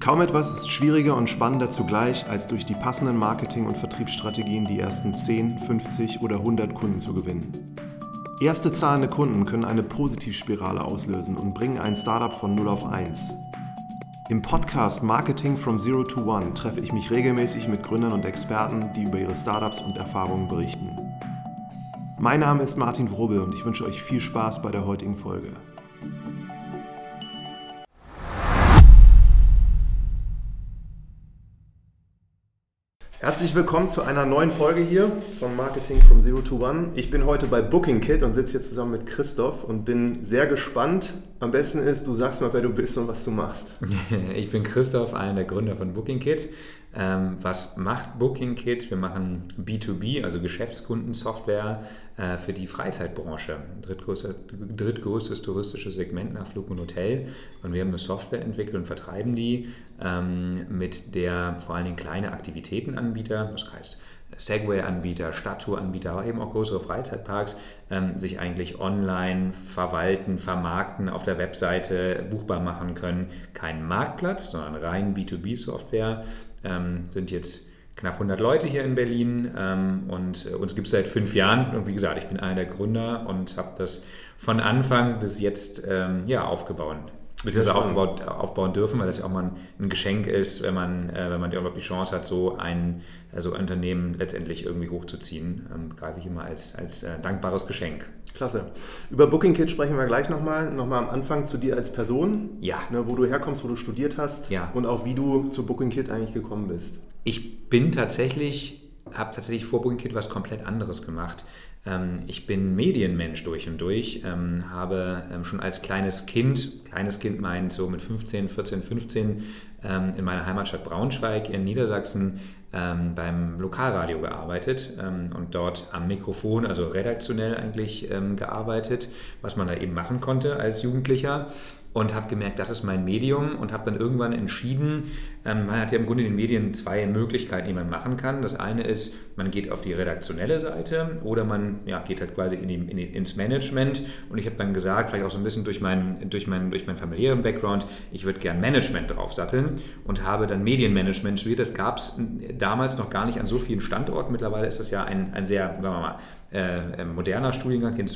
Kaum etwas ist schwieriger und spannender zugleich, als durch die passenden Marketing- und Vertriebsstrategien die ersten 10, 50 oder 100 Kunden zu gewinnen. Erste zahlende Kunden können eine Positivspirale auslösen und bringen ein Startup von 0 auf 1. Im Podcast Marketing from Zero to One treffe ich mich regelmäßig mit Gründern und Experten, die über ihre Startups und Erfahrungen berichten. Mein Name ist Martin Wrubel und ich wünsche euch viel Spaß bei der heutigen Folge. Herzlich willkommen zu einer neuen Folge hier von Marketing from Zero to One. Ich bin heute bei BookingKit und sitze hier zusammen mit Christoph und bin sehr gespannt. Am besten ist, du sagst mal, wer du bist und was du machst. Ich bin Christoph, einer der Gründer von BookingKit. Was macht BookingKit? Wir machen B2B, also Geschäftskundensoftware für die Freizeitbranche. Drittgrößtes touristisches Segment nach Flug und Hotel. Und wir haben eine Software entwickelt und vertreiben die, mit der vor allen Dingen kleine Aktivitätenanbieter, das heißt Segway-Anbieter, Stadttouranbieter, aber eben auch größere Freizeitparks, sich eigentlich online verwalten, vermarkten, auf der Webseite buchbar machen können. Kein Marktplatz, sondern rein B2B-Software. Sind jetzt knapp 100 Leute hier in Berlin und uns gibt es seit 5 Jahren. Und wie gesagt, ich bin einer der Gründer und habe das von Anfang bis jetzt aufgebaut. Beziehungsweise aufbauen dürfen, weil das ja auch mal ein Geschenk ist, wenn man die Chance hat, so ein Unternehmen letztendlich irgendwie hochzuziehen. Greife ich immer als dankbares Geschenk. Klasse. Über BookingKit sprechen wir gleich nochmal am Anfang zu dir als Person. Ja. Ne, wo du herkommst, wo du studiert hast, ja. Und auch wie du zu BookingKit eigentlich gekommen bist. Ich habe tatsächlich vor BookingKit was komplett anderes gemacht. Ich bin Medienmensch durch und durch, habe schon als kleines Kind meint so mit 14, 15, in meiner Heimatstadt Braunschweig in Niedersachsen beim Lokalradio gearbeitet und dort am Mikrofon, also redaktionell eigentlich gearbeitet, was man da eben machen konnte als Jugendlicher. Und habe gemerkt, das ist mein Medium und habe dann irgendwann entschieden, man hat ja im Grunde in den Medien 2 Möglichkeiten, die man machen kann. Das eine ist, man geht auf die redaktionelle Seite oder man geht halt quasi ins Management. Und ich habe dann gesagt, vielleicht auch so ein bisschen durch meinen familiären Background, ich würde gern Management draufsatteln und habe dann Medienmanagement studiert. Das gab es damals noch gar nicht an so vielen Standorten. Mittlerweile ist das ja ein sehr, sagen wir mal, moderner Studiengang, den es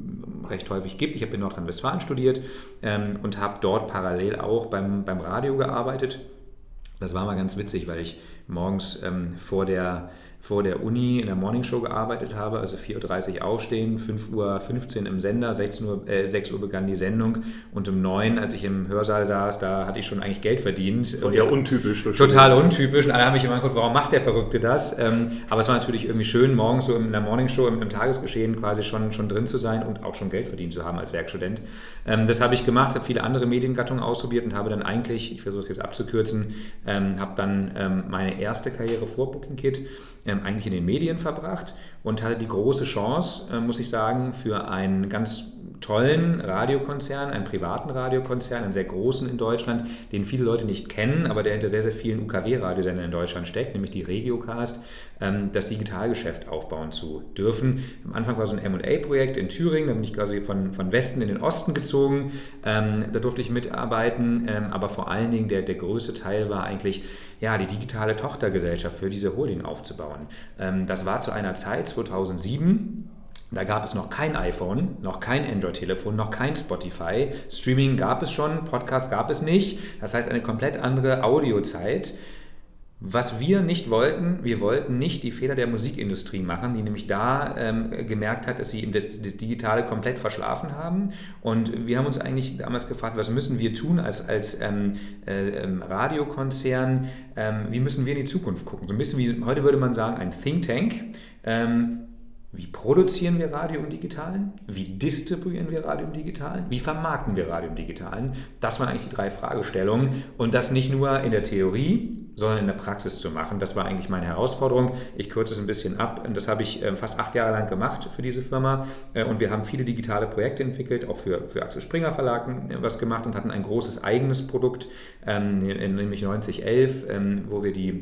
recht häufig gibt. Ich habe in Nordrhein-Westfalen studiert und habe dort parallel auch beim Radio gearbeitet. Das war mal ganz witzig, weil ich morgens vor der Uni in der Morningshow gearbeitet habe, also 4.30 Uhr aufstehen, 5.15 Uhr im Sender, 6 Uhr begann die Sendung und um 9 Uhr, als ich im Hörsaal saß, da hatte ich schon eigentlich Geld verdient. So, ja, untypisch. Total untypisch und alle haben mich immer geguckt, warum macht der Verrückte das? Aber es war natürlich irgendwie schön, morgens so in der Morningshow im Tagesgeschehen quasi schon drin zu sein und auch schon Geld verdient zu haben als Werkstudent. Das habe ich gemacht, habe viele andere Mediengattungen ausprobiert und habe dann eigentlich, ich versuche es jetzt abzukürzen, habe dann meine erste Karriere vor BookingKit eigentlich in den Medien verbracht und hatte die große Chance, muss ich sagen, für einen ganz tollen Radiokonzern, einen privaten Radiokonzern, einen sehr großen in Deutschland, den viele Leute nicht kennen, aber der hinter sehr, sehr vielen UKW-Radiosendern in Deutschland steckt, nämlich die Regiocast, das Digitalgeschäft aufbauen zu dürfen. Am Anfang war so ein M&A-Projekt in Thüringen, da bin ich quasi von Westen in den Osten gezogen, da durfte ich mitarbeiten, aber vor allen Dingen der größte Teil war eigentlich, die digitale Tochtergesellschaft für diese Holding aufzubauen. Das war zu einer Zeit, 2007, da gab es noch kein iPhone, noch kein Android-Telefon, noch kein Spotify. Streaming gab es schon, Podcast gab es nicht. Das heißt, eine komplett andere Audiozeit. Was wir nicht wollten, wir wollten nicht die Fehler der Musikindustrie machen, die nämlich da gemerkt hat, dass sie das Digitale komplett verschlafen haben. Und wir haben uns eigentlich damals gefragt, was müssen wir tun als Radiokonzern, wie müssen wir in die Zukunft gucken? So ein bisschen wie, heute würde man sagen, ein Think Tank. Wie produzieren wir Radio im Digitalen? Wie distribuieren wir Radio im Digitalen? Wie vermarkten wir Radio im Digitalen? Das waren eigentlich die 3 Fragestellungen und das nicht nur in der Theorie, sondern in der Praxis zu machen. Das war eigentlich meine Herausforderung. Ich kürze es ein bisschen ab. Und das habe ich fast 8 Jahre lang gemacht für diese Firma. Und wir haben viele digitale Projekte entwickelt, auch für Axel Springer Verlag was gemacht und hatten ein großes eigenes Produkt, nämlich 9011, wo wir die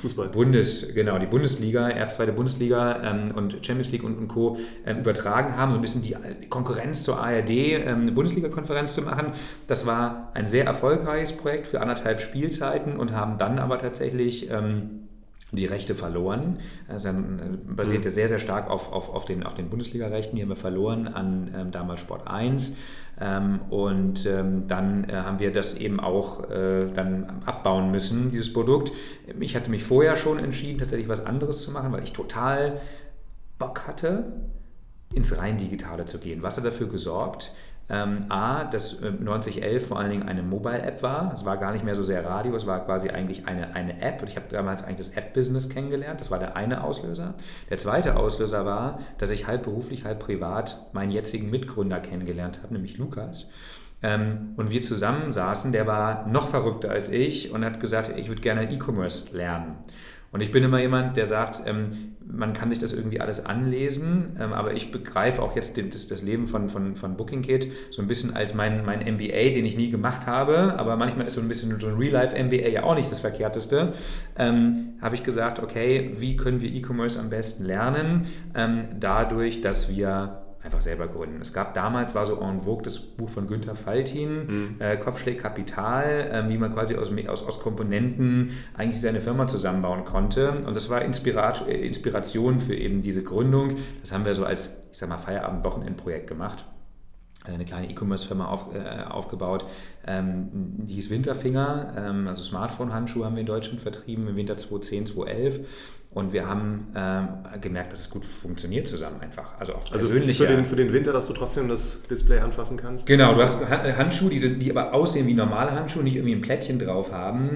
die Bundesliga, erste, zweite Bundesliga und Champions League und Co. Übertragen haben, so ein bisschen die Konkurrenz zur ARD, Bundesliga-Konferenz zu machen. Das war ein sehr erfolgreiches Projekt für 1,5 Spielzeiten und haben dann aber tatsächlich die Rechte verloren. Also basierte sehr, sehr stark auf den Bundesliga-Rechten. Die haben wir verloren an damals Sport 1. Dann haben wir das eben auch dann abbauen müssen, dieses Produkt. Ich hatte mich vorher schon entschieden, tatsächlich was anderes zu machen, weil ich total Bock hatte, ins rein Digitale zu gehen. Was hat dafür gesorgt? Dass 9011 vor allen Dingen eine Mobile-App war. Es war gar nicht mehr so sehr Radio, es war quasi eigentlich eine App. Und ich habe damals eigentlich das App-Business kennengelernt. Das war der eine Auslöser. Der zweite Auslöser war, dass ich halb beruflich, halb privat meinen jetzigen Mitgründer kennengelernt habe, nämlich Lukas. Und wir zusammen saßen, der war noch verrückter als ich und hat gesagt, ich würde gerne E-Commerce lernen. Und ich bin immer jemand, der sagt, man kann sich das irgendwie alles anlesen, aber ich begreife auch jetzt das Leben von BookingKit so ein bisschen als mein MBA, den ich nie gemacht habe, aber manchmal ist so ein bisschen so ein Real-Life-MBA ja auch nicht das Verkehrteste. Habe ich gesagt, okay, wie können wir E-Commerce am besten lernen? Dadurch, dass wir einfach selber gründen. Es gab damals, war so en vogue das Buch von Günther Faltin, Kopfschläg Kapital, wie man quasi aus Komponenten eigentlich seine Firma zusammenbauen konnte. Und das war Inspiration für eben diese Gründung. Das haben wir so als, ich sag mal, Feierabend-Wochenendprojekt gemacht. Eine kleine E-Commerce-Firma aufgebaut, die hieß Winterfinger, also Smartphone-Handschuhe haben wir in Deutschland vertrieben im Winter 2010, 2011. Und wir haben gemerkt, dass es gut funktioniert zusammen einfach. Also auch persönlich. Also für den Winter, dass du trotzdem das Display anfassen kannst? Genau, du hast Handschuhe, die aber aussehen wie normale Handschuhe, nicht irgendwie ein Plättchen drauf haben.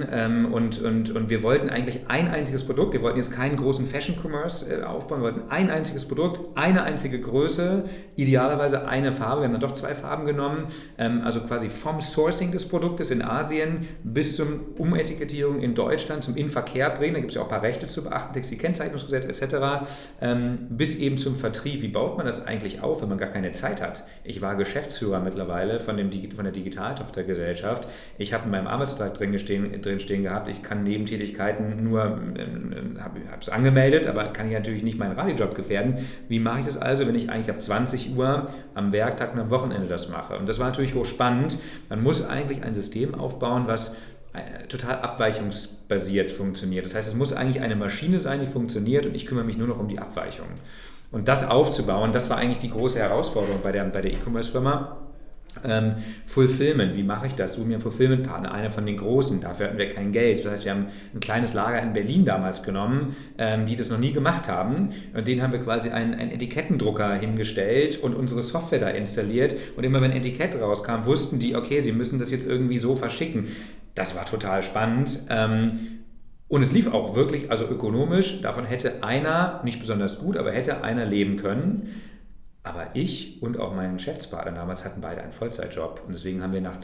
Und wir wollten eigentlich ein einziges Produkt. Wir wollten jetzt keinen großen Fashion-Commerce aufbauen. Wir wollten ein einziges Produkt, eine einzige Größe, idealerweise eine Farbe. Wir haben dann doch 2 Farben genommen. Also quasi vom Sourcing des Produktes in Asien bis zum Umetikettierung in Deutschland, zum Inverkehr bringen. Da gibt es ja auch ein paar Rechte zu beachten. Die Kennzeichnungsgesetz etc., bis eben zum Vertrieb. Wie baut man das eigentlich auf, wenn man gar keine Zeit hat? Ich war Geschäftsführer mittlerweile von der Digitaltochtergesellschaft. Ich habe in meinem Arbeitsvertrag drin stehen gehabt, ich kann Nebentätigkeiten nur, habe es angemeldet, aber kann ich natürlich nicht meinen Radiojob gefährden. Wie mache ich das also, wenn ich eigentlich ab 20 Uhr am Werktag und am Wochenende das mache? Und das war natürlich hochspannend. Man muss eigentlich ein System aufbauen, was total abweichungsbasiert funktioniert. Das heißt, es muss eigentlich eine Maschine sein, die funktioniert und ich kümmere mich nur noch um die Abweichung. Und das aufzubauen, das war eigentlich die große Herausforderung bei der E-Commerce-Firma. Fulfillment, wie mache ich das? Suche mir einen Fulfillment-Partner, einer von den großen, dafür hatten wir kein Geld. Das heißt, wir haben ein kleines Lager in Berlin damals genommen, die das noch nie gemacht haben und denen haben wir quasi einen Etikettendrucker hingestellt und unsere Software da installiert und immer wenn ein Etikett rauskam, wussten die, okay, sie müssen das jetzt irgendwie so verschicken. Das war total spannend. Und es lief auch wirklich, also ökonomisch, davon hätte einer, nicht besonders gut, aber hätte einer leben können. Aber ich und auch mein Geschäftspartner damals hatten beide einen Vollzeitjob. Und deswegen haben wir nach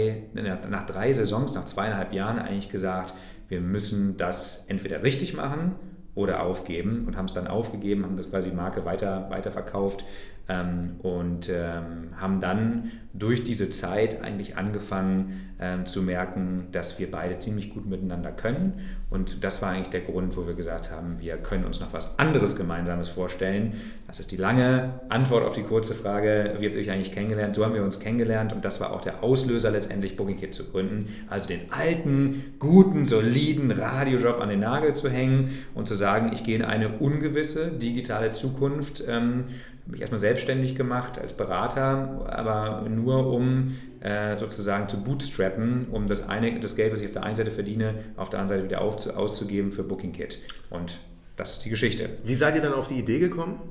3 Saisons, nach 2,5 Jahren eigentlich gesagt, wir müssen das entweder richtig machen oder aufgeben und haben es dann aufgegeben, haben das quasi die Marke weiter verkauft und haben dann durch diese Zeit eigentlich angefangen zu merken, dass wir beide ziemlich gut miteinander können und das war eigentlich der Grund, wo wir gesagt haben, wir können uns noch was anderes Gemeinsames vorstellen. Das ist die lange Antwort auf die kurze Frage, wie habt ihr euch eigentlich kennengelernt? So haben wir uns kennengelernt und das war auch der Auslöser letztendlich BookingKit zu gründen, also den alten, guten, soliden Radiojob an den Nagel zu hängen und zu sagen, ich gehe in eine ungewisse digitale Zukunft, habe mich erstmal selbstständig gemacht als Berater, aber nur um sozusagen zu bootstrappen, um das Geld, was ich auf der einen Seite verdiene, auf der anderen Seite wieder auszugeben für BookingKit. Und das ist die Geschichte. Wie seid ihr dann auf die Idee gekommen?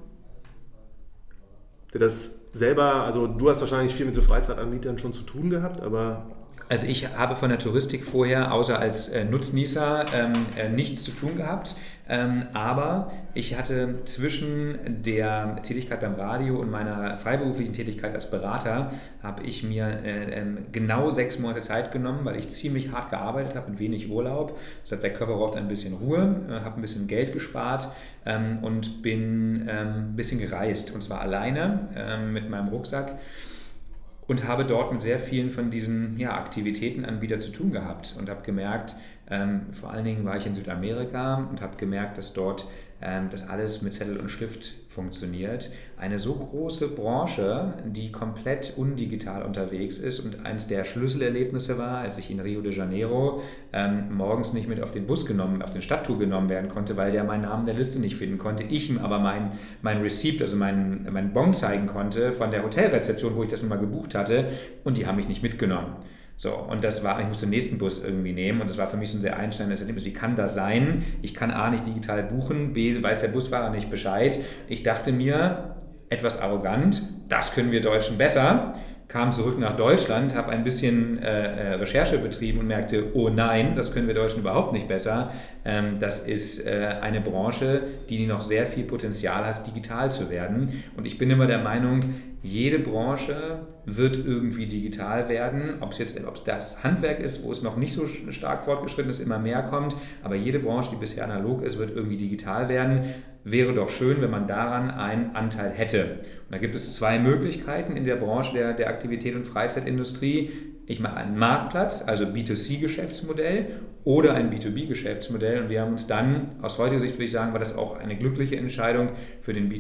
Das selber, also du hast wahrscheinlich viel mit so Freizeitanbietern schon zu tun gehabt, aber Also ich habe von der Touristik vorher, außer als Nutznießer, nichts zu tun gehabt. Aber ich hatte zwischen der Tätigkeit beim Radio und meiner freiberuflichen Tätigkeit als Berater, habe ich mir genau 6 Monate Zeit genommen, weil ich ziemlich hart gearbeitet habe mit wenig Urlaub. Das heißt, der Körper braucht ein bisschen Ruhe, habe ein bisschen Geld gespart und bin ein bisschen gereist. Und zwar alleine mit meinem Rucksack. Und habe dort mit sehr vielen von diesen Aktivitätenanbietern zu tun gehabt und habe gemerkt, vor allen Dingen war ich in Südamerika und habe gemerkt, dass dort das alles mit Zettel und Stift funktioniert. Eine so große Branche, die komplett undigital unterwegs ist, und eines der Schlüsselerlebnisse war, als ich in Rio de Janeiro morgens nicht mit auf den Stadttour genommen werden konnte, weil der meinen Namen in der Liste nicht finden konnte. Ich ihm aber mein Receipt, also mein Bon zeigen konnte von der Hotelrezeption, wo ich das nun mal gebucht hatte, und die haben mich nicht mitgenommen. So, und ich musste den nächsten Bus irgendwie nehmen, und das war für mich so ein sehr einschneidendes Erlebnis. Wie kann das sein? Ich kann A, nicht digital buchen, B, weiß der Busfahrer nicht Bescheid. Ich dachte mir, etwas arrogant, das können wir Deutschen besser. Kam zurück nach Deutschland, habe ein bisschen Recherche betrieben und merkte, oh nein, das können wir Deutschen überhaupt nicht besser. Das ist eine Branche, die noch sehr viel Potenzial hat, digital zu werden. Und ich bin immer der Meinung, jede Branche wird irgendwie digital werden, ob es das Handwerk ist, wo es noch nicht so stark fortgeschritten ist, immer mehr kommt, aber jede Branche, die bisher analog ist, wird irgendwie digital werden. Wäre doch schön, wenn man daran einen Anteil hätte. Und da gibt es 2 Möglichkeiten in der Branche der Aktivität- und Freizeitindustrie. Ich mache einen Marktplatz, also B2C-Geschäftsmodell, oder ein B2B-Geschäftsmodell, und wir haben uns dann, aus heutiger Sicht würde ich sagen, war das auch eine glückliche Entscheidung für das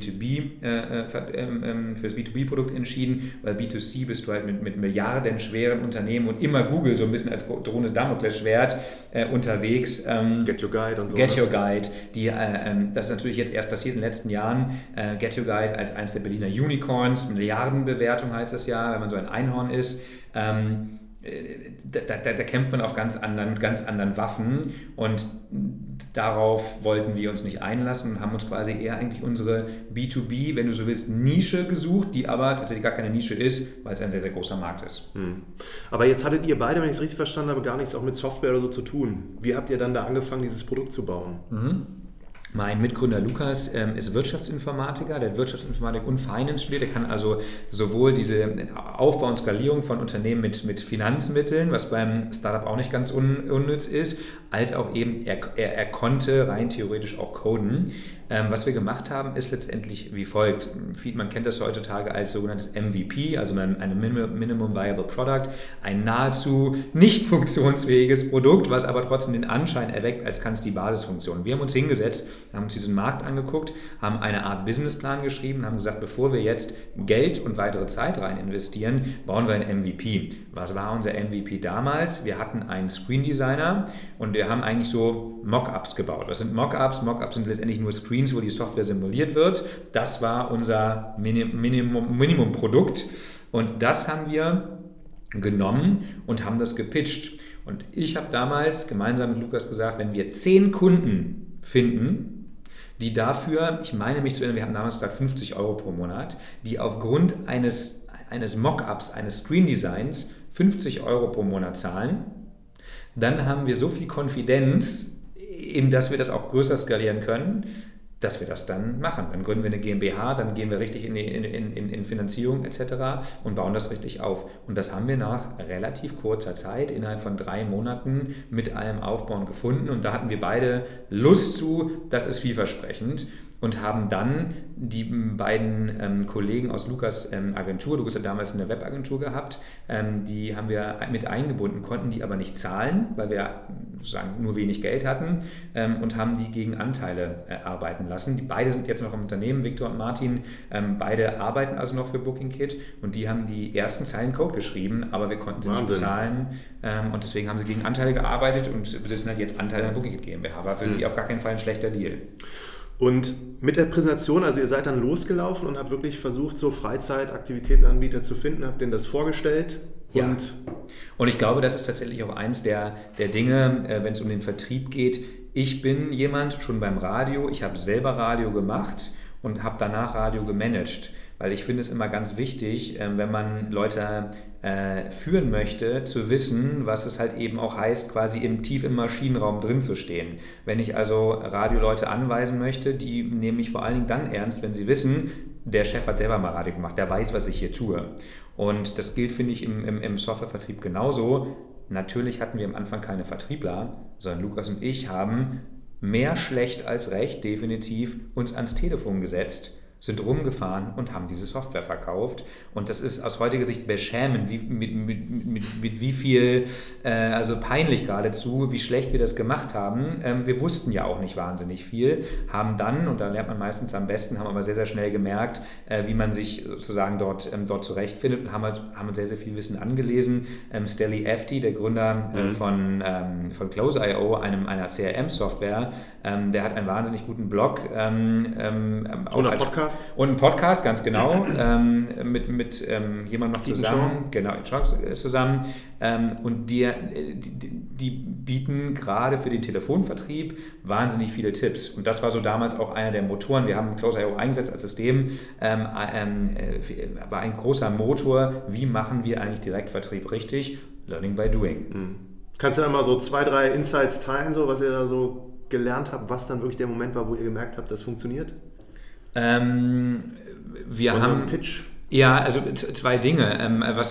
B2B-Produkt entschieden, weil B2C bist du halt mit milliardenschweren Unternehmen und immer Google so ein bisschen als drohendes Damoklesschwert unterwegs. Get Your Guide und so. Get Your Guide, das ist natürlich jetzt erst passiert in den letzten Jahren. Get Your Guide als eines der Berliner Unicorns, Milliardenbewertung heißt das ja, wenn man so ein Einhorn ist. Da kämpft man auf ganz anderen Waffen, und darauf wollten wir uns nicht einlassen und haben uns quasi eher eigentlich unsere B2B, wenn du so willst, Nische gesucht, die aber tatsächlich gar keine Nische ist, weil es ein sehr, sehr großer Markt ist. Aber jetzt hattet ihr beide, wenn ich es richtig verstanden habe, gar nichts auch mit Software oder so zu tun. Wie habt ihr dann da angefangen, dieses Produkt zu bauen? Mein Mitgründer Lukas ist Wirtschaftsinformatiker, der hat Wirtschaftsinformatik und Finance studiert. Der kann also sowohl diese Aufbau und Skalierung von Unternehmen mit Finanzmitteln, was beim Startup auch nicht ganz unnütz ist, als auch eben, er konnte rein theoretisch auch coden. Was wir gemacht haben, ist letztendlich wie folgt. Man kennt das heutzutage als sogenanntes MVP, also ein Minimum Viable Product, ein nahezu nicht funktionsfähiges Produkt, was aber trotzdem den Anschein erweckt, als kann es die Basisfunktion. Wir haben uns hingesetzt, haben uns diesen Markt angeguckt, haben eine Art Businessplan geschrieben, haben gesagt, bevor wir jetzt Geld und weitere Zeit rein investieren, bauen wir ein MVP. Was war unser MVP damals? Wir hatten einen Screen Designer und wir haben eigentlich so Mockups gebaut. Was sind Mockups? Mockups sind letztendlich nur Screens, wo die Software simuliert wird. Das war unser Minimum-Produkt, und das haben wir genommen und haben das gepitcht. Und ich habe damals gemeinsam mit Lukas gesagt, wenn wir 10 Kunden finden, die dafür, ich meine mich zu erinnern, wir haben damals gesagt 50 € pro Monat, die aufgrund eines Mockups, eines Screen Designs 50 € pro Monat zahlen, dann haben wir so viel Konfidenz, in dass wir das auch größer skalieren können, dass wir das dann machen. Dann gründen wir eine GmbH, dann gehen wir richtig in Finanzierung etc. und bauen das richtig auf. Und das haben wir nach relativ kurzer Zeit, innerhalb von 3 Monaten, mit allem Aufbauen gefunden. Und da hatten wir beide Lust zu, das ist vielversprechend. Und haben dann die beiden Kollegen aus Lukas Agentur, Lukas hat damals eine Webagentur gehabt, die haben wir mit eingebunden, konnten die aber nicht zahlen, weil wir sozusagen nur wenig Geld hatten, und haben die gegen Anteile arbeiten lassen. Die beide sind jetzt noch im Unternehmen, Viktor und Martin, beide arbeiten also noch für BookingKit, und die haben die ersten Zeilen Code geschrieben, aber wir konnten sie nicht bezahlen, und deswegen haben sie gegen Anteile gearbeitet und besitzen halt jetzt Anteile an BookingKit GmbH. War für sie auf gar keinen Fall ein schlechter Deal. Und mit der Präsentation, also ihr seid dann losgelaufen und habt wirklich versucht, so Freizeitaktivitätenanbieter zu finden, habt denen das vorgestellt? Und ich glaube, das ist tatsächlich auch eins der Dinge, wenn es um den Vertrieb geht. Ich bin jemand, schon beim Radio, ich habe selber Radio gemacht und habe danach Radio gemanagt. weil ich finde es immer ganz wichtig, wenn man Leute führen möchte, zu wissen, was es halt eben auch heißt, quasi tief im Maschinenraum drin zu stehen. Wenn ich also Radioleute anweisen möchte, die nehme ich vor allen Dingen dann ernst, wenn sie wissen, der Chef hat selber mal Radio gemacht, der weiß, was ich hier tue. Und das gilt, finde ich, im Softwarevertrieb genauso. Natürlich hatten wir am Anfang keine Vertriebler, sondern Lukas und ich haben mehr schlecht als recht definitiv uns ans Telefon gesetzt, sind rumgefahren und haben diese Software verkauft. Und das ist aus heutiger Sicht beschämend, mit wie viel, also peinlich geradezu, wie schlecht wir das gemacht haben. Wir wussten ja auch nicht wahnsinnig viel, haben dann, und da lernt man meistens am besten, haben aber sehr, sehr schnell gemerkt, wie man sich sozusagen dort zurechtfindet und haben sehr, sehr viel Wissen angelesen. Stelly Efti, der Gründer von Close.io, einer CRM-Software, der hat einen wahnsinnig guten Blog. Oder Podcast. Und einen Podcast, ganz genau, mit jemandem noch zusammen. Genau, zusammen. Und die bieten gerade für den Telefonvertrieb wahnsinnig viele Tipps. Und das war so damals auch einer der Motoren. Wir haben Close.io eingesetzt als System, war ein großer Motor. Wie machen wir eigentlich Direktvertrieb richtig? Learning by doing. Kannst du dann mal so 2, 3 Insights teilen, so, was ihr da so gelernt habt, was dann wirklich der Moment war, wo ihr gemerkt habt, das funktioniert? Wir haben Pitch. Ja, also 2 Dinge. Was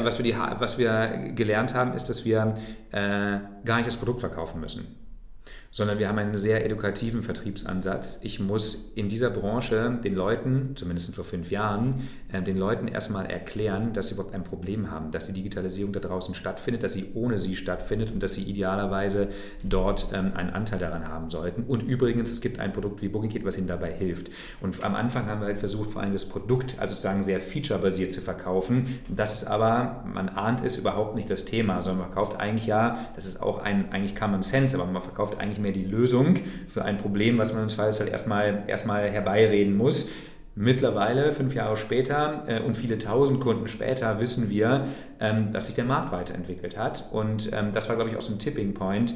wir gelernt haben, ist, dass wir gar nicht das Produkt verkaufen müssen, sondern wir haben einen sehr edukativen Vertriebsansatz. Ich muss in dieser Branche den Leuten, zumindest vor 5 Jahren, den Leuten erstmal erklären, dass sie überhaupt ein Problem haben, dass die Digitalisierung da draußen stattfindet, dass sie ohne sie stattfindet und dass sie idealerweise dort einen Anteil daran haben sollten. Und übrigens, es gibt ein Produkt wie BookingKit, was ihnen dabei hilft. Und am Anfang haben wir halt versucht, vor allem das Produkt, also sozusagen sehr featurebasiert zu verkaufen. Das ist aber, man ahnt es, überhaupt nicht das Thema, sondern man verkauft eigentlich das ist auch eigentlich Common Sense, aber man verkauft eigentlich mehr die Lösung für ein Problem, was man im Zweifelsfall erstmal herbeireden muss. Mittlerweile, 5 Jahre später und viele tausend Kunden später, wissen wir, dass sich der Markt weiterentwickelt hat. Und das war, glaube ich, auch so ein Tipping Point.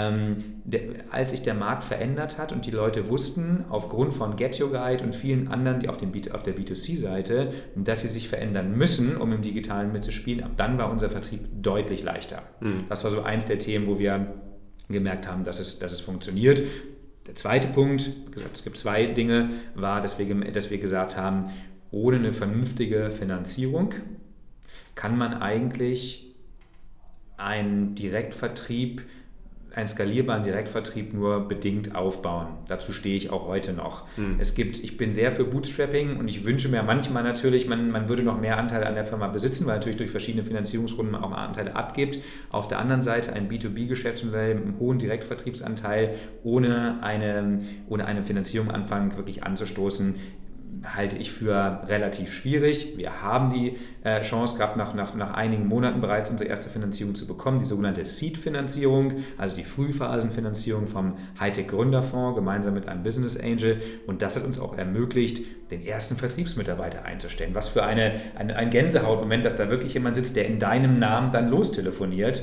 Als sich der Markt verändert hat und die Leute wussten, aufgrund von Get Your Guide und vielen anderen, die auf der B2C-Seite, dass sie sich verändern müssen, um im Digitalen mitzuspielen, ab dann war unser Vertrieb deutlich leichter. Das war so eins der Themen, wo wir gemerkt haben, dass es funktioniert. Der zweite Punkt, es gibt 2 Dinge, war, dass wir gesagt haben, ohne eine vernünftige Finanzierung kann man eigentlich einen skalierbaren Direktvertrieb nur bedingt aufbauen. Dazu stehe ich auch heute noch. Ich bin sehr für Bootstrapping und ich wünsche mir manchmal natürlich, man würde noch mehr Anteile an der Firma besitzen, weil natürlich durch verschiedene Finanzierungsrunden man auch mal Anteile abgibt. Auf der anderen Seite ein B2B-Geschäftsmodell mit einem hohen Direktvertriebsanteil, ohne eine Finanzierung anfangen wirklich anzustoßen, halte ich für relativ schwierig. Wir haben die Chance gehabt, nach einigen Monaten bereits unsere erste Finanzierung zu bekommen, die sogenannte Seed-Finanzierung, also die Frühphasenfinanzierung vom Hightech-Gründerfonds gemeinsam mit einem Business Angel. Und das hat uns auch ermöglicht, den ersten Vertriebsmitarbeiter einzustellen. Was für ein Gänsehautmoment, dass da wirklich jemand sitzt, der in deinem Namen dann lostelefoniert.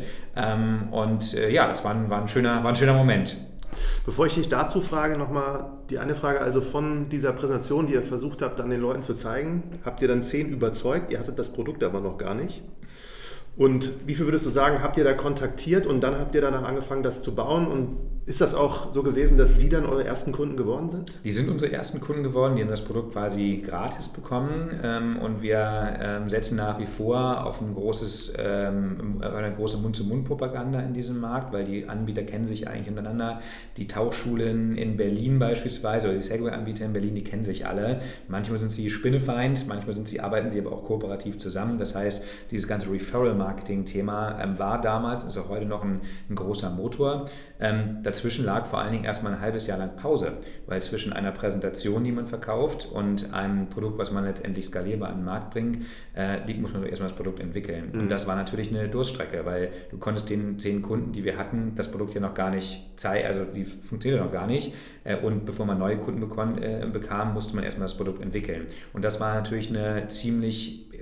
Das war ein schöner Moment. Bevor ich dich dazu frage, nochmal die eine Frage, also von dieser Präsentation, die ihr versucht habt, an den Leuten zu zeigen, habt ihr dann 10 überzeugt, ihr hattet das Produkt aber noch gar nicht. Und wie viel würdest du sagen, habt ihr da kontaktiert und dann habt ihr danach angefangen, das zu bauen? Und ist das auch so gewesen, dass die dann eure ersten Kunden geworden sind? Die sind unsere ersten Kunden geworden, die haben das Produkt quasi gratis bekommen und wir setzen nach wie vor auf eine große Mund-zu-Mund-Propaganda in diesem Markt, weil die Anbieter kennen sich eigentlich untereinander. Die Tauchschulen in Berlin beispielsweise oder die Segway-Anbieter in Berlin, die kennen sich alle. Manchmal sind sie spinnefeind, manchmal arbeiten sie aber auch kooperativ zusammen. Das heißt, dieses ganze Referral-Marketing-Thema war damals, ist auch heute noch ein großer Motor. Dazwischen lag vor allen Dingen erstmal ein halbes Jahr lang Pause, weil zwischen einer Präsentation, die man verkauft, und einem Produkt, was man letztendlich skalierbar an den Markt bringt, muss man erstmal das Produkt entwickeln. Und das war natürlich eine Durststrecke, weil du konntest den 10 Kunden, die wir hatten, das Produkt ja noch gar nicht zeigen, also die funktionierte noch gar nicht. Und bevor man neue Kunden bekam, musste man erstmal das Produkt entwickeln. Und das war natürlich eine ziemlich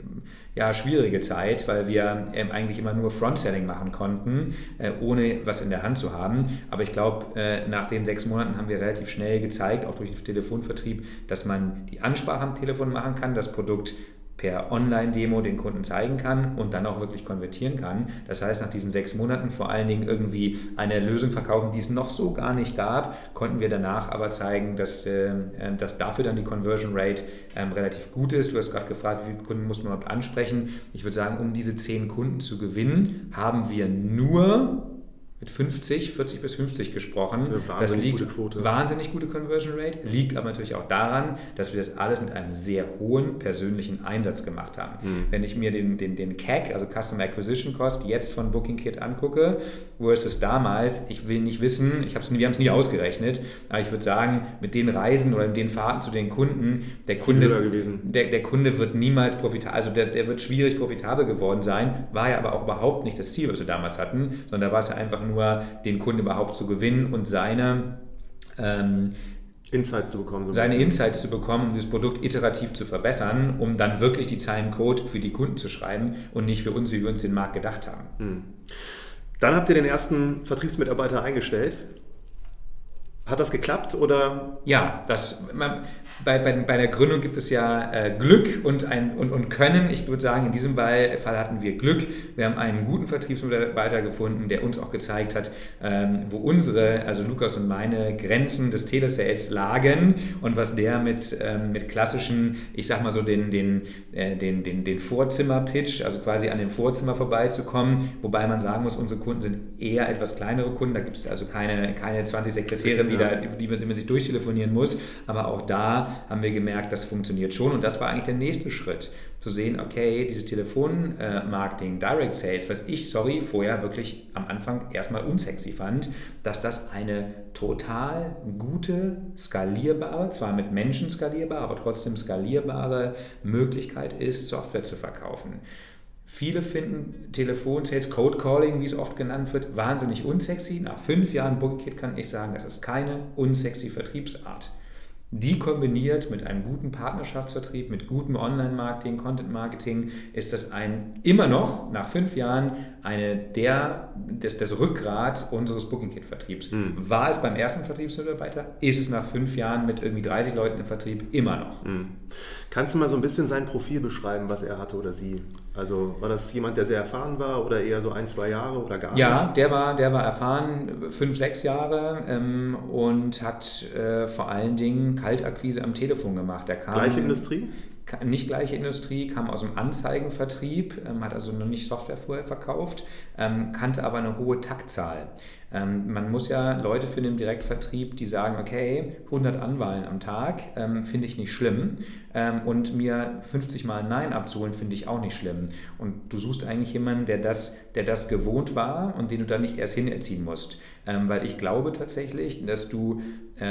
schwierige Zeit, weil wir eigentlich immer nur Front-Selling machen konnten, ohne was in der Hand zu haben. Aber ich glaube, nach den 6 Monaten haben wir relativ schnell gezeigt, auch durch den Telefonvertrieb, dass man die Ansprache am Telefon machen kann, das Produkt per Online-Demo den Kunden zeigen kann und dann auch wirklich konvertieren kann. Das heißt, nach diesen 6 Monaten vor allen Dingen irgendwie eine Lösung verkaufen, die es noch so gar nicht gab, konnten wir danach aber zeigen, dass dafür dann die Conversion Rate relativ gut ist. Du hast gerade gefragt, wie viele Kunden muss man überhaupt ansprechen. Ich würde sagen, um diese 10 Kunden zu gewinnen, haben wir nur mit 40 bis 50 gesprochen. Das liegt gute Quote. Wahnsinnig gute Conversion Rate, liegt aber natürlich auch daran, dass wir das alles mit einem sehr hohen persönlichen Einsatz gemacht haben. Wenn ich mir den CAC, also Customer Acquisition Cost, jetzt von BookingKit angucke, versus damals, ich will nicht wissen, wir haben es nie ausgerechnet, aber ich würde sagen, mit den Reisen oder mit den Fahrten zu den Kunden, der Kunde wird niemals profitabel, also der wird schwierig profitabel geworden sein, war ja aber auch überhaupt nicht das Ziel, was wir damals hatten, sondern da war es ja einfach nur, den Kunden überhaupt zu gewinnen und seine Insights zu bekommen, um dieses Produkt iterativ zu verbessern, um dann wirklich die Zeilen Code für die Kunden zu schreiben und nicht für uns, wie wir uns den Markt gedacht haben. Dann habt ihr den ersten Vertriebsmitarbeiter eingestellt. Hat das geklappt oder? Ja, bei der Gründung gibt es ja Glück und Können. Ich würde sagen, in diesem Fall hatten wir Glück. Wir haben einen guten Vertriebsmitarbeiter gefunden, der uns auch gezeigt hat, wo unsere, also Lukas und meine Grenzen des Telesales lagen und was der mit klassischen, ich sag mal so den Vorzimmer-Pitch, also quasi an dem Vorzimmer vorbeizukommen, wobei man sagen muss, unsere Kunden sind eher etwas kleinere Kunden, da gibt es also keine 20 Sekretäre, die man sich durchtelefonieren muss, aber auch da haben wir gemerkt, das funktioniert schon und das war eigentlich der nächste Schritt, zu sehen, okay, dieses Telefonmarketing, Direct Sales, was ich, vorher wirklich am Anfang erstmal unsexy fand, dass das eine total gute, skalierbare, zwar mit Menschen skalierbar, aber trotzdem skalierbare Möglichkeit ist, Software zu verkaufen. Viele finden Telefon-Sales, Cold Calling, wie es oft genannt wird, wahnsinnig unsexy. Nach 5 Jahren BookingKit kann ich sagen, das ist keine unsexy Vertriebsart. Die kombiniert mit einem guten Partnerschaftsvertrieb, mit gutem Online-Marketing, Content-Marketing, ist das immer noch nach 5 Jahren das Rückgrat unseres BookingKit-Vertriebs. War es beim ersten Vertriebsmitarbeiter, ist es nach 5 Jahren mit irgendwie 30 Leuten im Vertrieb immer noch. Kannst du mal so ein bisschen sein Profil beschreiben, was er hatte oder sie? Also war das jemand, der sehr erfahren war oder eher so 1-2 Jahre oder gar nicht? Ja, der war erfahren, 5-6 Jahre und hat vor allen Dingen Kaltakquise am Telefon gemacht. Gleiche Industrie? Nicht gleiche Industrie, kam aus dem Anzeigenvertrieb, hat also noch nicht Software vorher verkauft, kannte aber eine hohe Taktzahl. Man muss ja Leute finden im Direktvertrieb, die sagen, okay, 100 Anwahlen am Tag finde ich nicht schlimm und mir 50 Mal Nein abzuholen, finde ich auch nicht schlimm. Und du suchst eigentlich jemanden, der das gewohnt war und den du dann nicht erst hinerziehen musst. Weil ich glaube tatsächlich, dass du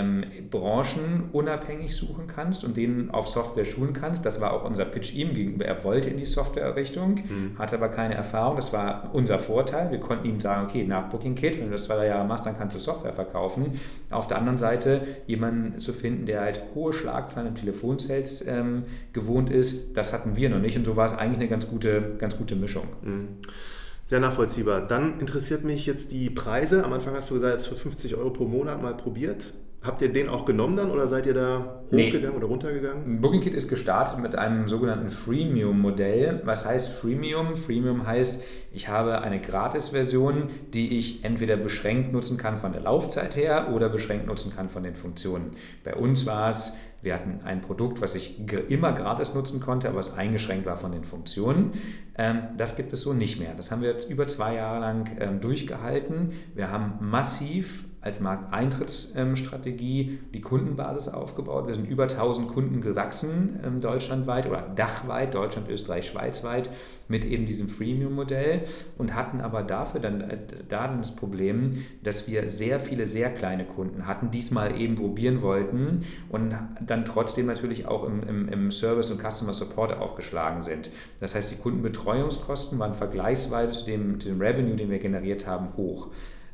branchenunabhängig suchen kannst und den auf Software schulen kannst. Das war auch unser Pitch ihm gegenüber. Er wollte in die Softwareerrichtung, hatte aber keine Erfahrung. Das war unser Vorteil. Wir konnten ihm sagen, okay, nach BookingKit, wenn du das 2-3 Jahre machst, dann kannst du Software verkaufen. Auf der anderen Seite jemanden zu finden, der halt hohe Schlagzeilen im Telefonsales gewohnt ist, das hatten wir noch nicht. Und so war es eigentlich eine ganz gute Mischung. Sehr nachvollziehbar. Dann interessiert mich jetzt die Preise. Am Anfang hast du gesagt, es für 50 € pro Monat mal probiert. Habt ihr den auch genommen dann oder seid ihr da hochgegangen oder runtergegangen? BookingKit ist gestartet mit einem sogenannten Freemium-Modell. Was heißt Freemium? Freemium heißt, ich habe eine Gratis-Version, die ich entweder beschränkt nutzen kann von der Laufzeit her oder beschränkt nutzen kann von den Funktionen. Bei uns war es, wir hatten ein Produkt, was ich immer gratis nutzen konnte, aber was eingeschränkt war von den Funktionen. Das gibt es so nicht mehr. Das haben wir jetzt über 2 Jahre lang durchgehalten. Wir haben massiv als Markteintrittsstrategie die Kundenbasis aufgebaut. Wir sind über 1000 Kunden gewachsen, deutschlandweit oder dachweit, Deutschland, Österreich, Schweizweit, mit eben diesem Freemium-Modell und hatten aber dafür dann das Problem, dass wir sehr viele sehr kleine Kunden hatten, diesmal eben probieren wollten und dann trotzdem natürlich auch im Service und Customer Support aufgeschlagen sind. Das heißt, die Kundenbetreuungskosten waren vergleichsweise zu dem Revenue, den wir generiert haben, hoch.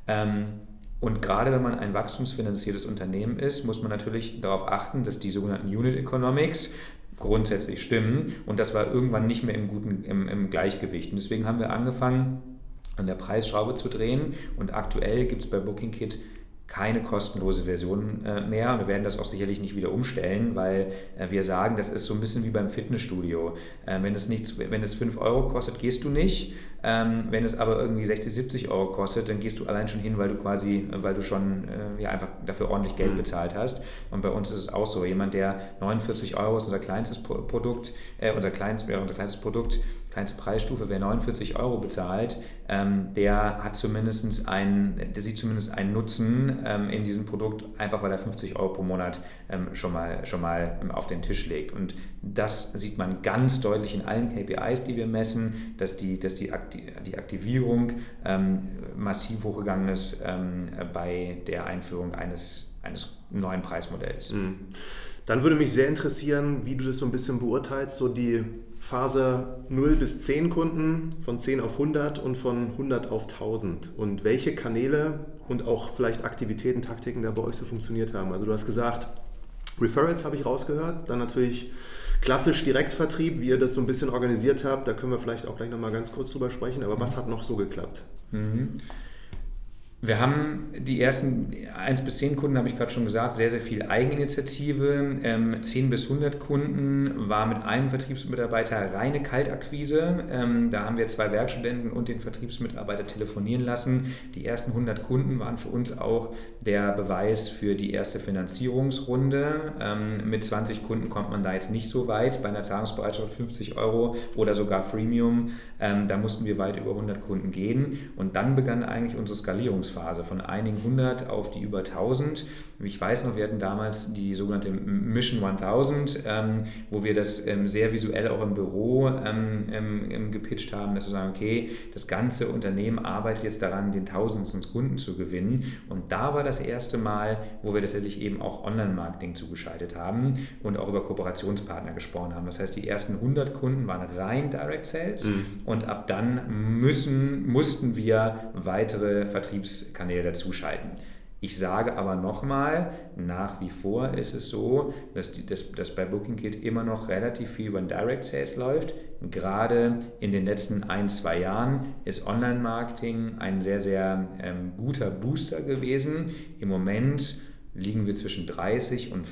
Und gerade wenn man ein wachstumsfinanziertes Unternehmen ist, muss man natürlich darauf achten, dass die sogenannten Unit Economics grundsätzlich stimmen und das war irgendwann nicht mehr im Gleichgewicht. Und deswegen haben wir angefangen, an der Preisschraube zu drehen und aktuell gibt es bei BookingKit keine kostenlose Version mehr und wir werden das auch sicherlich nicht wieder umstellen, weil wir sagen, das ist so ein bisschen wie beim Fitnessstudio. Wenn es 5 Euro kostet, gehst du nicht. Wenn es aber irgendwie 60, 70 Euro kostet, dann gehst du allein schon hin, weil du schon einfach dafür ordentlich Geld bezahlt hast. Und bei uns ist es auch so, jemand, der 49 Euro ist unser kleinstes Produkt, kleinste Preisstufe, wer 49 Euro bezahlt, der sieht zumindest einen Nutzen in diesem Produkt, einfach weil er 50 Euro pro Monat schon mal auf den Tisch legt. Und das sieht man ganz deutlich in allen KPIs, die wir messen, dass die Aktivierung massiv hochgegangen ist bei der Einführung eines neuen Preismodells. Dann würde mich sehr interessieren, wie du das so ein bisschen beurteilst, so die Phase 0 bis 10 Kunden, von 10 auf 100 und von 100 auf 1000 und welche Kanäle und auch vielleicht Aktivitäten, Taktiken da bei euch so funktioniert haben. Also du hast gesagt, Referrals habe ich rausgehört, dann natürlich klassisch Direktvertrieb, wie ihr das so ein bisschen organisiert habt, da können wir vielleicht auch gleich nochmal ganz kurz drüber sprechen, aber was hat noch so geklappt? Wir haben die ersten 1 bis 10 Kunden, habe ich gerade schon gesagt, sehr, sehr viel Eigeninitiative. 10 bis 100 Kunden war mit einem Vertriebsmitarbeiter reine Kaltakquise. Da haben wir 2 Werkstudenten und den Vertriebsmitarbeiter telefonieren lassen. Die ersten 100 Kunden waren für uns auch der Beweis für die erste Finanzierungsrunde. Mit 20 Kunden kommt man da jetzt nicht so weit. Bei einer Zahlungsbereitschaft 50 Euro oder sogar Freemium, da mussten wir weit über 100 Kunden gehen. Und dann begann eigentlich unsere Skalierungsphase von einigen 100 auf die über 1000. Ich weiß noch, wir hatten damals die sogenannte Mission 1000, wo wir das sehr visuell auch im Büro gepitcht haben, dass wir sagen, okay, das ganze Unternehmen arbeitet jetzt daran, den 1000. Kunden zu gewinnen. Und da war das erste Mal, wo wir tatsächlich eben auch Online-Marketing zugeschaltet haben und auch über Kooperationspartner gesprochen haben. Das heißt, die ersten 100 Kunden waren rein Direct Sales und ab dann mussten wir weitere Vertriebskanäle dazuschalten. Ich sage aber nochmal, nach wie vor ist es so, dass bei BookingKit immer noch relativ viel über Direct Sales läuft. Gerade in den letzten 1-2 Jahren ist Online-Marketing ein sehr, sehr guter Booster gewesen. Im Moment liegen wir zwischen 30% und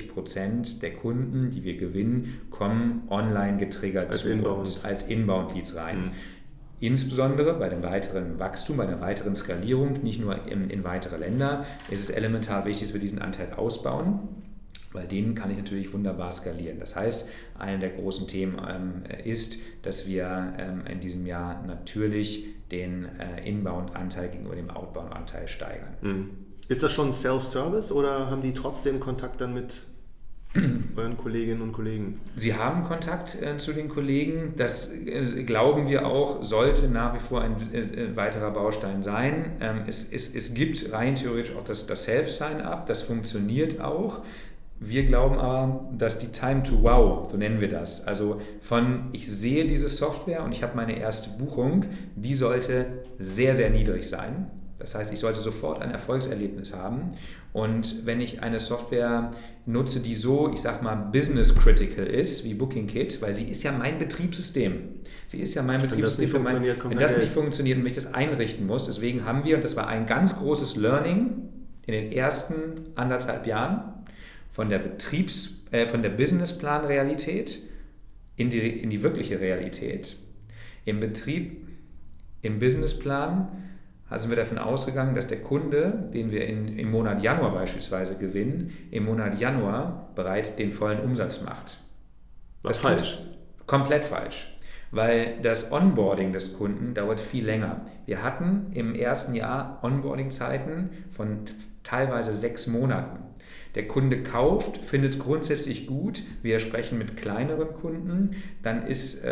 40% der Kunden, die wir gewinnen, kommen online getriggert zu uns als Inbound-Leads rein. Insbesondere bei dem weiteren Wachstum, bei der weiteren Skalierung, nicht nur in weitere Länder, ist es elementar wichtig, dass wir diesen Anteil ausbauen, weil den kann ich natürlich wunderbar skalieren. Das heißt, eine der großen Themen ist, dass wir in diesem Jahr natürlich den Inbound-Anteil gegenüber dem Outbound-Anteil steigern. Ist das schon Self-Service oder haben die trotzdem Kontakt dann mit euren Kolleginnen und Kollegen? Sie haben Kontakt zu den Kollegen. Das glauben wir auch, sollte nach wie vor ein weiterer Baustein sein. Es gibt rein theoretisch auch das Self-Sign-Up, das funktioniert auch. Wir glauben aber, dass die Time to Wow, so nennen wir das, also von ich sehe diese Software und ich habe meine erste Buchung, die sollte sehr, sehr niedrig sein. Das heißt, ich sollte sofort ein Erfolgserlebnis haben und wenn ich eine Software nutze, die so, ich sag mal, business critical ist, wie BookingKit, weil sie ist ja mein Betriebssystem. Sie ist ja mein Betriebssystem. Wenn das nicht funktioniert und ich das einrichten muss, deswegen haben wir, und das war ein ganz großes Learning in den ersten 1,5 Jahren, von der Businessplan-Realität in die wirkliche Realität. Im Betrieb, im Businessplan sind wir davon ausgegangen, dass der Kunde, den wir im Monat Januar beispielsweise gewinnen, im Monat Januar bereits den vollen Umsatz macht. Das ist falsch. Komplett falsch. Weil das Onboarding des Kunden dauert viel länger. Wir hatten im ersten Jahr Onboarding-Zeiten von teilweise 6 Monaten. Der Kunde kauft, findet es grundsätzlich gut. Wir sprechen mit kleineren Kunden, dann ist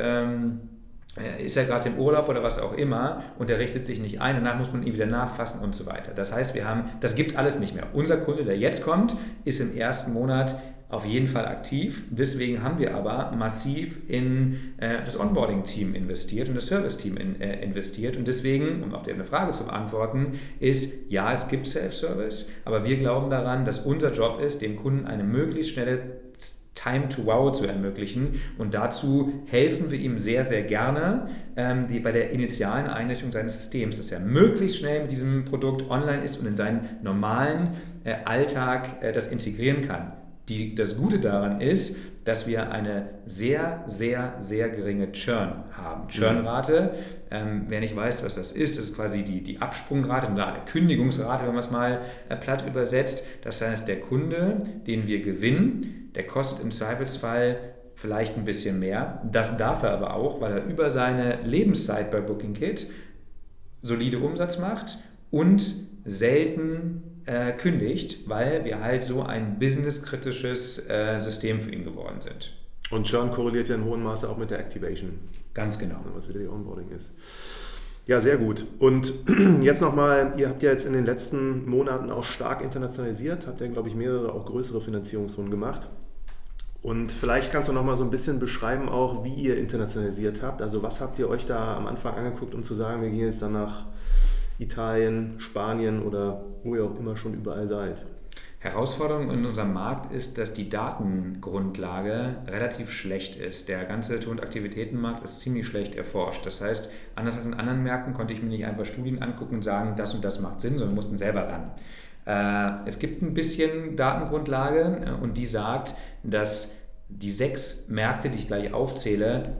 er gerade im Urlaub oder was auch immer und er richtet sich nicht ein, danach muss man ihn wieder nachfassen und so weiter. Das heißt, das gibt es alles nicht mehr. Unser Kunde, der jetzt kommt, ist im ersten Monat auf jeden Fall aktiv. Deswegen haben wir aber massiv in das Onboarding-Team investiert und das Service-Team investiert. Und deswegen, um auf deine Frage zu beantworten, ist, ja, es gibt Self-Service, aber wir glauben daran, dass unser Job ist, dem Kunden eine möglichst schnelle Time to Wow zu ermöglichen. Und dazu helfen wir ihm sehr, sehr gerne bei der initialen Einrichtung seines Systems, dass er möglichst schnell mit diesem Produkt online ist und in seinen normalen Alltag das integrieren kann. Das Gute daran ist, dass wir eine sehr, sehr, sehr geringe Churn haben. Churnrate, wer nicht weiß, was das ist quasi die Absprungrate oder eine Kündigungsrate, wenn man es mal platt übersetzt. Das heißt, der Kunde, den wir gewinnen, der kostet im Zweifelsfall vielleicht ein bisschen mehr. Das darf er aber auch, weil er über seine Lebenszeit bei BookingKit solide Umsatz macht und selten kündigt, weil wir halt so ein businesskritisches System für ihn geworden sind. Und Churn korreliert ja in hohem Maße auch mit der Activation. Ganz genau. Was wieder die Onboarding ist. Ja, sehr gut. Und jetzt nochmal, ihr habt ja jetzt in den letzten Monaten auch stark internationalisiert, habt ja, glaube ich, mehrere auch größere Finanzierungsrunden gemacht. Und vielleicht kannst du nochmal so ein bisschen beschreiben auch, wie ihr internationalisiert habt. Also was habt ihr euch da am Anfang angeguckt, um zu sagen, wir gehen jetzt dann nach Italien, Spanien oder wo ihr auch immer schon überall seid? Herausforderung in unserem Markt ist, dass die Datengrundlage relativ schlecht ist. Der ganze Tour- und Aktivitätenmarkt ist ziemlich schlecht erforscht. Das heißt, anders als in anderen Märkten konnte ich mir nicht einfach Studien angucken und sagen, das und das macht Sinn, sondern mussten selber ran. Es gibt ein bisschen Datengrundlage und die sagt, dass die 6 Märkte, die ich gleich aufzähle,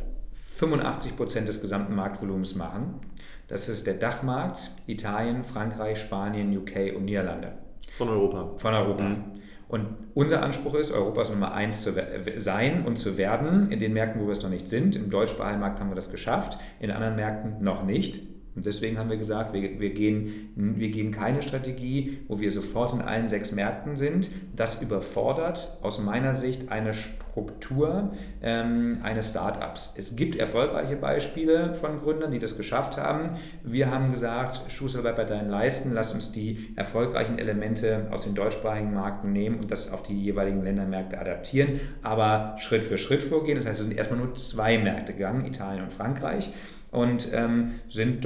85% des gesamten Marktvolumens machen. Das ist der Dachmarkt, Italien, Frankreich, Spanien, UK und Niederlande. Von Europa. Von Europa. Und unser Anspruch ist, Europas Nummer 1 zu sein und zu werden in den Märkten, wo wir es noch nicht sind. Im deutschsprachigen Markt haben wir das geschafft, in anderen Märkten noch nicht. Und deswegen haben wir gesagt, wir gehen keine Strategie, wo wir sofort in allen 6 Märkten sind. Das überfordert aus meiner Sicht eine Struktur eines Startups. Es gibt erfolgreiche Beispiele von Gründern, die das geschafft haben. Wir haben gesagt, Schuster bleibt bei deinen Leisten, lass uns die erfolgreichen Elemente aus den deutschsprachigen Märkten nehmen und das auf die jeweiligen Ländermärkte adaptieren, aber Schritt für Schritt vorgehen. Das heißt, wir sind erstmal nur 2 Märkte gegangen, Italien und Frankreich. Und haben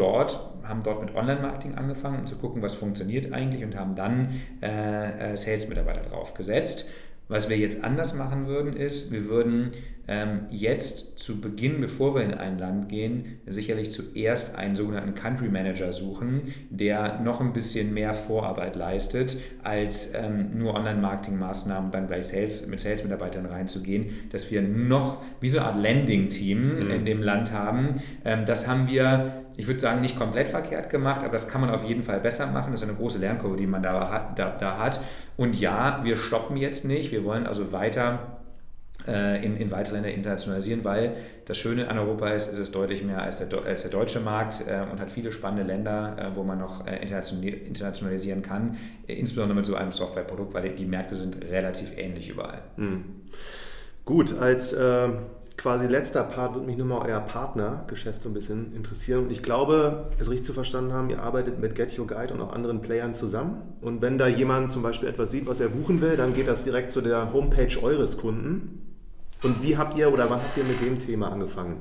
dort mit Online-Marketing angefangen, um zu gucken, was funktioniert eigentlich und haben dann Sales-Mitarbeiter draufgesetzt. Was wir jetzt anders machen würden, ist, wir würden jetzt zu Beginn, bevor wir in ein Land gehen, sicherlich zuerst einen sogenannten Country Manager suchen, der noch ein bisschen mehr Vorarbeit leistet, als nur Online-Marketing-Maßnahmen dann gleich mit Sales-Mitarbeitern reinzugehen, dass wir noch wie so eine Art Landing-Team in dem Land haben. Das haben wir, ich würde sagen, nicht komplett verkehrt gemacht, aber das kann man auf jeden Fall besser machen. Das ist eine große Lernkurve, die man da hat. Und ja, wir stoppen jetzt nicht. Wir wollen also weiter in weitere Länder internationalisieren, weil das Schöne an Europa ist, es ist deutlich mehr als der deutsche Markt und hat viele spannende Länder, wo man noch internationalisieren kann, insbesondere mit so einem Softwareprodukt, weil die Märkte sind relativ ähnlich überall. Gut, als quasi letzter Part würde mich nur mal euer Partnergeschäft so ein bisschen interessieren. Und ich glaube, es richtig zu verstanden haben, ihr arbeitet mit Get Your Guide und auch anderen Playern zusammen. Und wenn da jemand zum Beispiel etwas sieht, was er buchen will, dann geht das direkt zu der Homepage eures Kunden. Und wie habt ihr oder wann habt ihr mit dem Thema angefangen?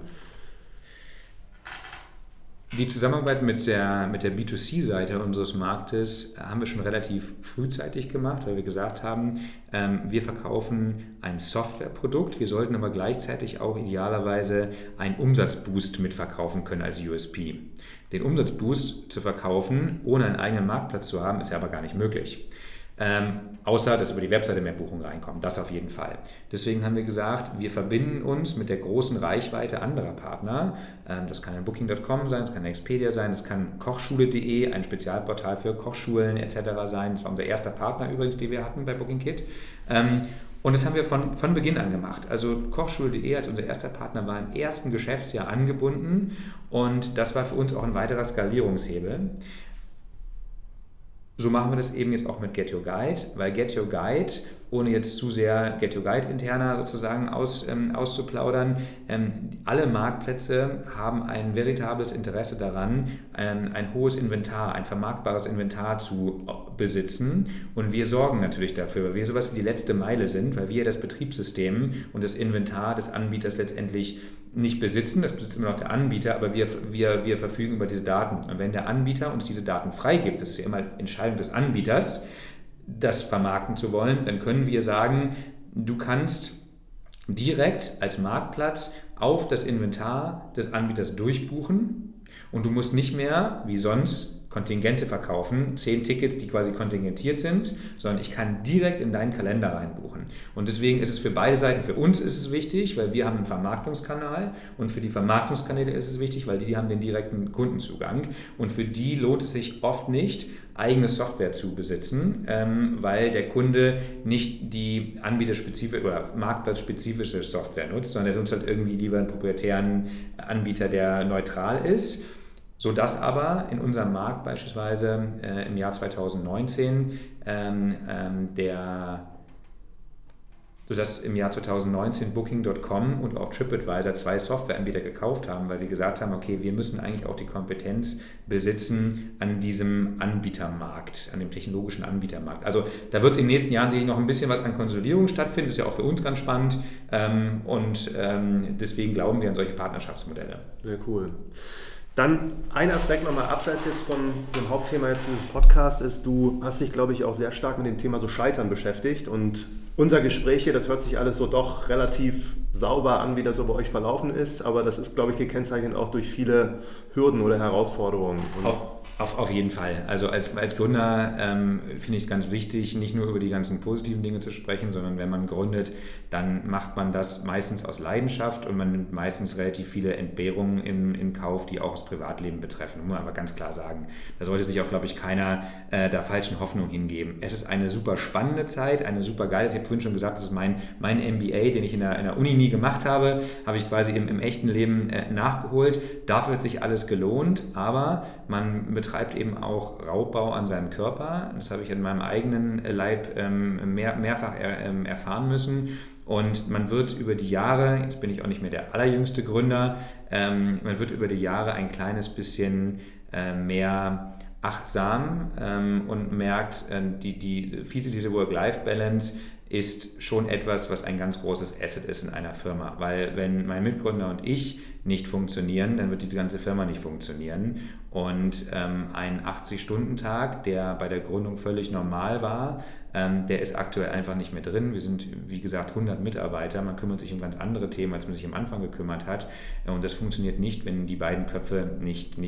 Die Zusammenarbeit mit der B2C-Seite unseres Marktes haben wir schon relativ frühzeitig gemacht, weil wir gesagt haben, wir verkaufen ein Softwareprodukt, wir sollten aber gleichzeitig auch idealerweise einen Umsatzboost mitverkaufen können als USP. Den Umsatzboost zu verkaufen, ohne einen eigenen Marktplatz zu haben, ist ja aber gar nicht möglich. Außer, dass über die Webseite mehr Buchungen reinkommen. Das auf jeden Fall. Deswegen haben wir gesagt, wir verbinden uns mit der großen Reichweite anderer Partner. Das kann ein Booking.com sein, das kann ein Expedia sein, das kann Kochschule.de, ein Spezialportal für Kochschulen etc. sein. Das war unser erster Partner übrigens, den wir hatten bei BookingKit. Und das haben wir von Beginn an gemacht. Also Kochschule.de als unser erster Partner war im ersten Geschäftsjahr angebunden und das war für uns auch ein weiterer Skalierungshebel. So machen wir das eben jetzt auch mit Get Your Guide, weil Get Your Guide, ohne jetzt zu sehr Get Your Guide interner sozusagen auszuplaudern, alle Marktplätze haben ein veritables Interesse daran, ein hohes Inventar, ein vermarktbares Inventar zu besitzen. Und wir sorgen natürlich dafür, weil wir sowas wie die letzte Meile sind, weil wir das Betriebssystem und das Inventar des Anbieters letztendlich nicht besitzen, das besitzt immer noch der Anbieter, aber wir verfügen über diese Daten. Und wenn der Anbieter uns diese Daten freigibt, das ist ja immer Entscheidung des Anbieters, das vermarkten zu wollen, dann können wir sagen, du kannst direkt als Marktplatz auf das Inventar des Anbieters durchbuchen und du musst nicht mehr, wie sonst, Kontingente verkaufen, 10 Tickets, die quasi kontingentiert sind, sondern ich kann direkt in deinen Kalender reinbuchen. Und deswegen ist es für beide Seiten, für uns ist es wichtig, weil wir haben einen Vermarktungskanal und für die Vermarktungskanäle ist es wichtig, weil die haben den direkten Kundenzugang und für die lohnt es sich oft nicht, eigene Software zu besitzen, weil der Kunde nicht die anbieterspezifische oder marktplatzspezifische Software nutzt, sondern der nutzt halt irgendwie lieber einen proprietären Anbieter, der neutral ist. Sodass aber in unserem Markt beispielsweise im Jahr 2019 sodass im Jahr 2019 Booking.com und auch TripAdvisor 2 Softwareanbieter gekauft haben, weil sie gesagt haben, okay, wir müssen eigentlich auch die Kompetenz besitzen an diesem Anbietermarkt, an dem technologischen Anbietermarkt. Also da wird in den nächsten Jahren sicherlich noch ein bisschen was an Konsolidierung stattfinden, ist ja auch für uns ganz spannend und deswegen glauben wir an solche Partnerschaftsmodelle. Sehr cool. Dann ein Aspekt nochmal abseits jetzt von dem Hauptthema jetzt dieses Podcasts ist, du hast dich, glaube ich, auch sehr stark mit dem Thema so Scheitern beschäftigt und unser Gespräch hier, das hört sich alles so doch relativ sauber an, wie das so bei euch verlaufen ist, aber das ist, glaube ich, gekennzeichnet auch durch viele Hürden oder Herausforderungen. Auf jeden Fall. Also als Gründer finde ich es ganz wichtig, nicht nur über die ganzen positiven Dinge zu sprechen, sondern wenn man gründet, dann macht man das meistens aus Leidenschaft und man nimmt meistens relativ viele Entbehrungen in Kauf, die auch das Privatleben betreffen. Muss man aber ganz klar sagen. Da sollte sich auch, glaube ich, keiner der falschen Hoffnung hingeben. Es ist eine super spannende Zeit, eine super geile, ich habe vorhin schon gesagt, das ist mein MBA, den ich in der Uni nie gemacht habe, habe ich quasi im echten Leben nachgeholt. Dafür hat sich alles gelohnt, aber man betreibt eben auch Raubbau an seinem Körper. Das habe ich in meinem eigenen Leib mehrfach erfahren müssen. Und man wird über die Jahre, jetzt bin ich auch nicht mehr der allerjüngste Gründer, man wird über die Jahre ein kleines bisschen mehr achtsam und merkt, die viel zitierte Work-Life-Balance ist schon etwas, was ein ganz großes Asset ist in einer Firma. Weil wenn mein Mitgründer und ich nicht funktionieren, dann wird diese ganze Firma nicht funktionieren. Und ein 80-Stunden-Tag, der bei der Gründung völlig normal war, der ist aktuell einfach nicht mehr drin. Wir sind, wie gesagt, 100 Mitarbeiter. Man kümmert sich um ganz andere Themen, als man sich am Anfang gekümmert hat. Und das funktioniert nicht, wenn die beiden Köpfe nicht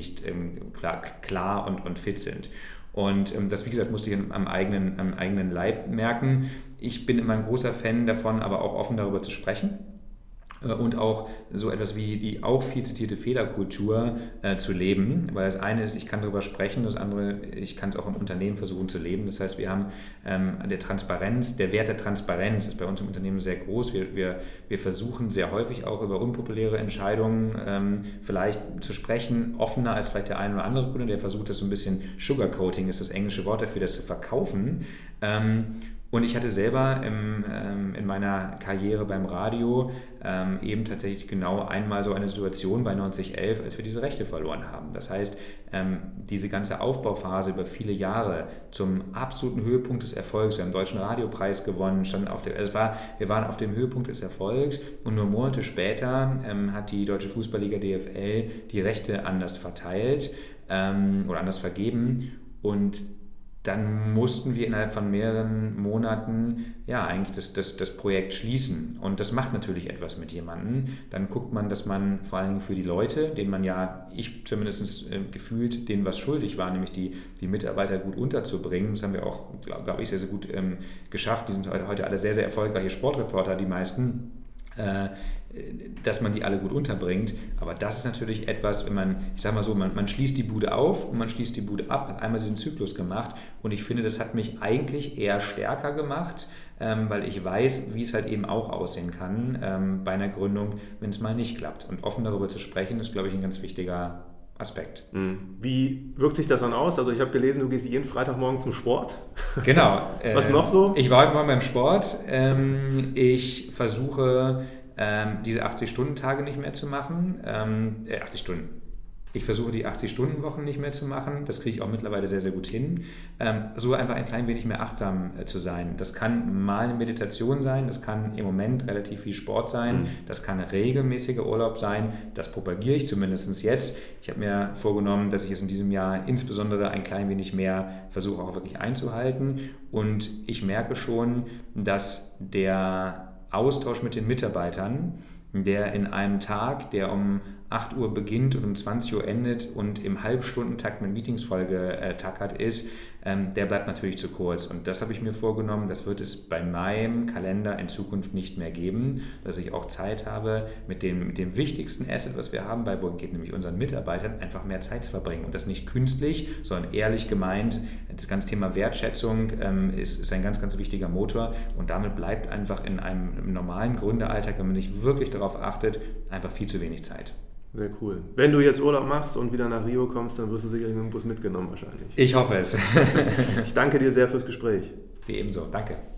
klar und fit sind. Und das, wie gesagt, musste ich am eigenen Leib merken. Ich bin immer ein großer Fan davon, aber auch offen darüber zu sprechen. Und auch so etwas wie die auch viel zitierte Fehlerkultur zu leben, weil das eine ist, ich kann darüber sprechen, das andere, ich kann es auch im Unternehmen versuchen zu leben. Das heißt, wir haben der Wert der Transparenz ist bei uns im Unternehmen sehr groß. Wir versuchen sehr häufig auch über unpopuläre Entscheidungen vielleicht zu sprechen, offener als vielleicht der eine oder andere Kunde, der versucht, das so ein bisschen Sugarcoating ist das englische Wort dafür, das zu verkaufen. Und ich hatte selber in meiner Karriere beim Radio eben tatsächlich genau einmal so eine Situation bei 9011, als wir diese Rechte verloren haben. Das heißt, diese ganze Aufbauphase über viele Jahre zum absoluten Höhepunkt des Erfolgs, wir haben den Deutschen Radiopreis gewonnen, wir waren auf dem Höhepunkt des Erfolgs und nur Monate später hat die Deutsche Fußballliga DFL die Rechte anders verteilt oder anders vergeben und dann mussten wir innerhalb von mehreren Monaten eigentlich das Projekt schließen. Und das macht natürlich etwas mit jemandem. Dann guckt man, dass man vor allen Dingen für die Leute, denen man ich zumindest gefühlt, denen was schuldig war, nämlich die Mitarbeiter gut unterzubringen. Das haben wir auch, glaube ich, sehr, sehr gut geschafft. Die sind heute alle sehr, sehr erfolgreiche Sportreporter, die meisten. Dass man die alle gut unterbringt, aber das ist natürlich etwas, wenn man, ich sag mal so, man schließt die Bude auf und man schließt die Bude ab, hat einmal diesen Zyklus gemacht und ich finde, das hat mich eigentlich eher stärker gemacht, weil ich weiß, wie es halt eben auch aussehen kann bei einer Gründung, wenn es mal nicht klappt und offen darüber zu sprechen, ist, glaube ich, ein ganz wichtiger Aspekt. Wie wirkt sich das dann aus? Also ich habe gelesen, du gehst jeden Freitagmorgen zum Sport. Genau. Was noch so? Ich war heute Morgen beim Sport. Ich versuche diese 80-Stunden-Tage nicht mehr zu machen. 80 Stunden. Ich versuche die 80-Stunden-Wochen nicht mehr zu machen. Das kriege ich auch mittlerweile sehr, sehr gut hin. So einfach ein klein wenig mehr achtsam zu sein. Das kann mal eine Meditation sein, das kann im Moment relativ viel Sport sein, das kann regelmäßiger Urlaub sein. Das propagiere ich zumindest jetzt. Ich habe mir vorgenommen, dass ich es in diesem Jahr insbesondere ein klein wenig mehr versuche auch wirklich einzuhalten. Und ich merke schon, dass Austausch mit den Mitarbeitern, der in einem Tag, der um 8 Uhr beginnt und um 20 Uhr endet und im Halbstundentakt mit Meetings vollgetackert ist, der bleibt natürlich zu kurz. Und das habe ich mir vorgenommen, das wird es bei meinem Kalender in Zukunft nicht mehr geben, dass ich auch Zeit habe, mit dem wichtigsten Asset, was wir haben bei Boinket, nämlich unseren Mitarbeitern, einfach mehr Zeit zu verbringen. Und das nicht künstlich, sondern ehrlich gemeint. Das ganze Thema Wertschätzung ist ein ganz, ganz wichtiger Motor. Und damit bleibt einfach in einem normalen Gründeralltag, wenn man sich wirklich darauf achtet, einfach viel zu wenig Zeit. Sehr cool. Wenn du jetzt Urlaub machst und wieder nach Rio kommst, dann wirst du sicherlich mit dem Bus mitgenommen wahrscheinlich. Ich hoffe es. Ich danke dir sehr fürs Gespräch. Dir ebenso. Danke.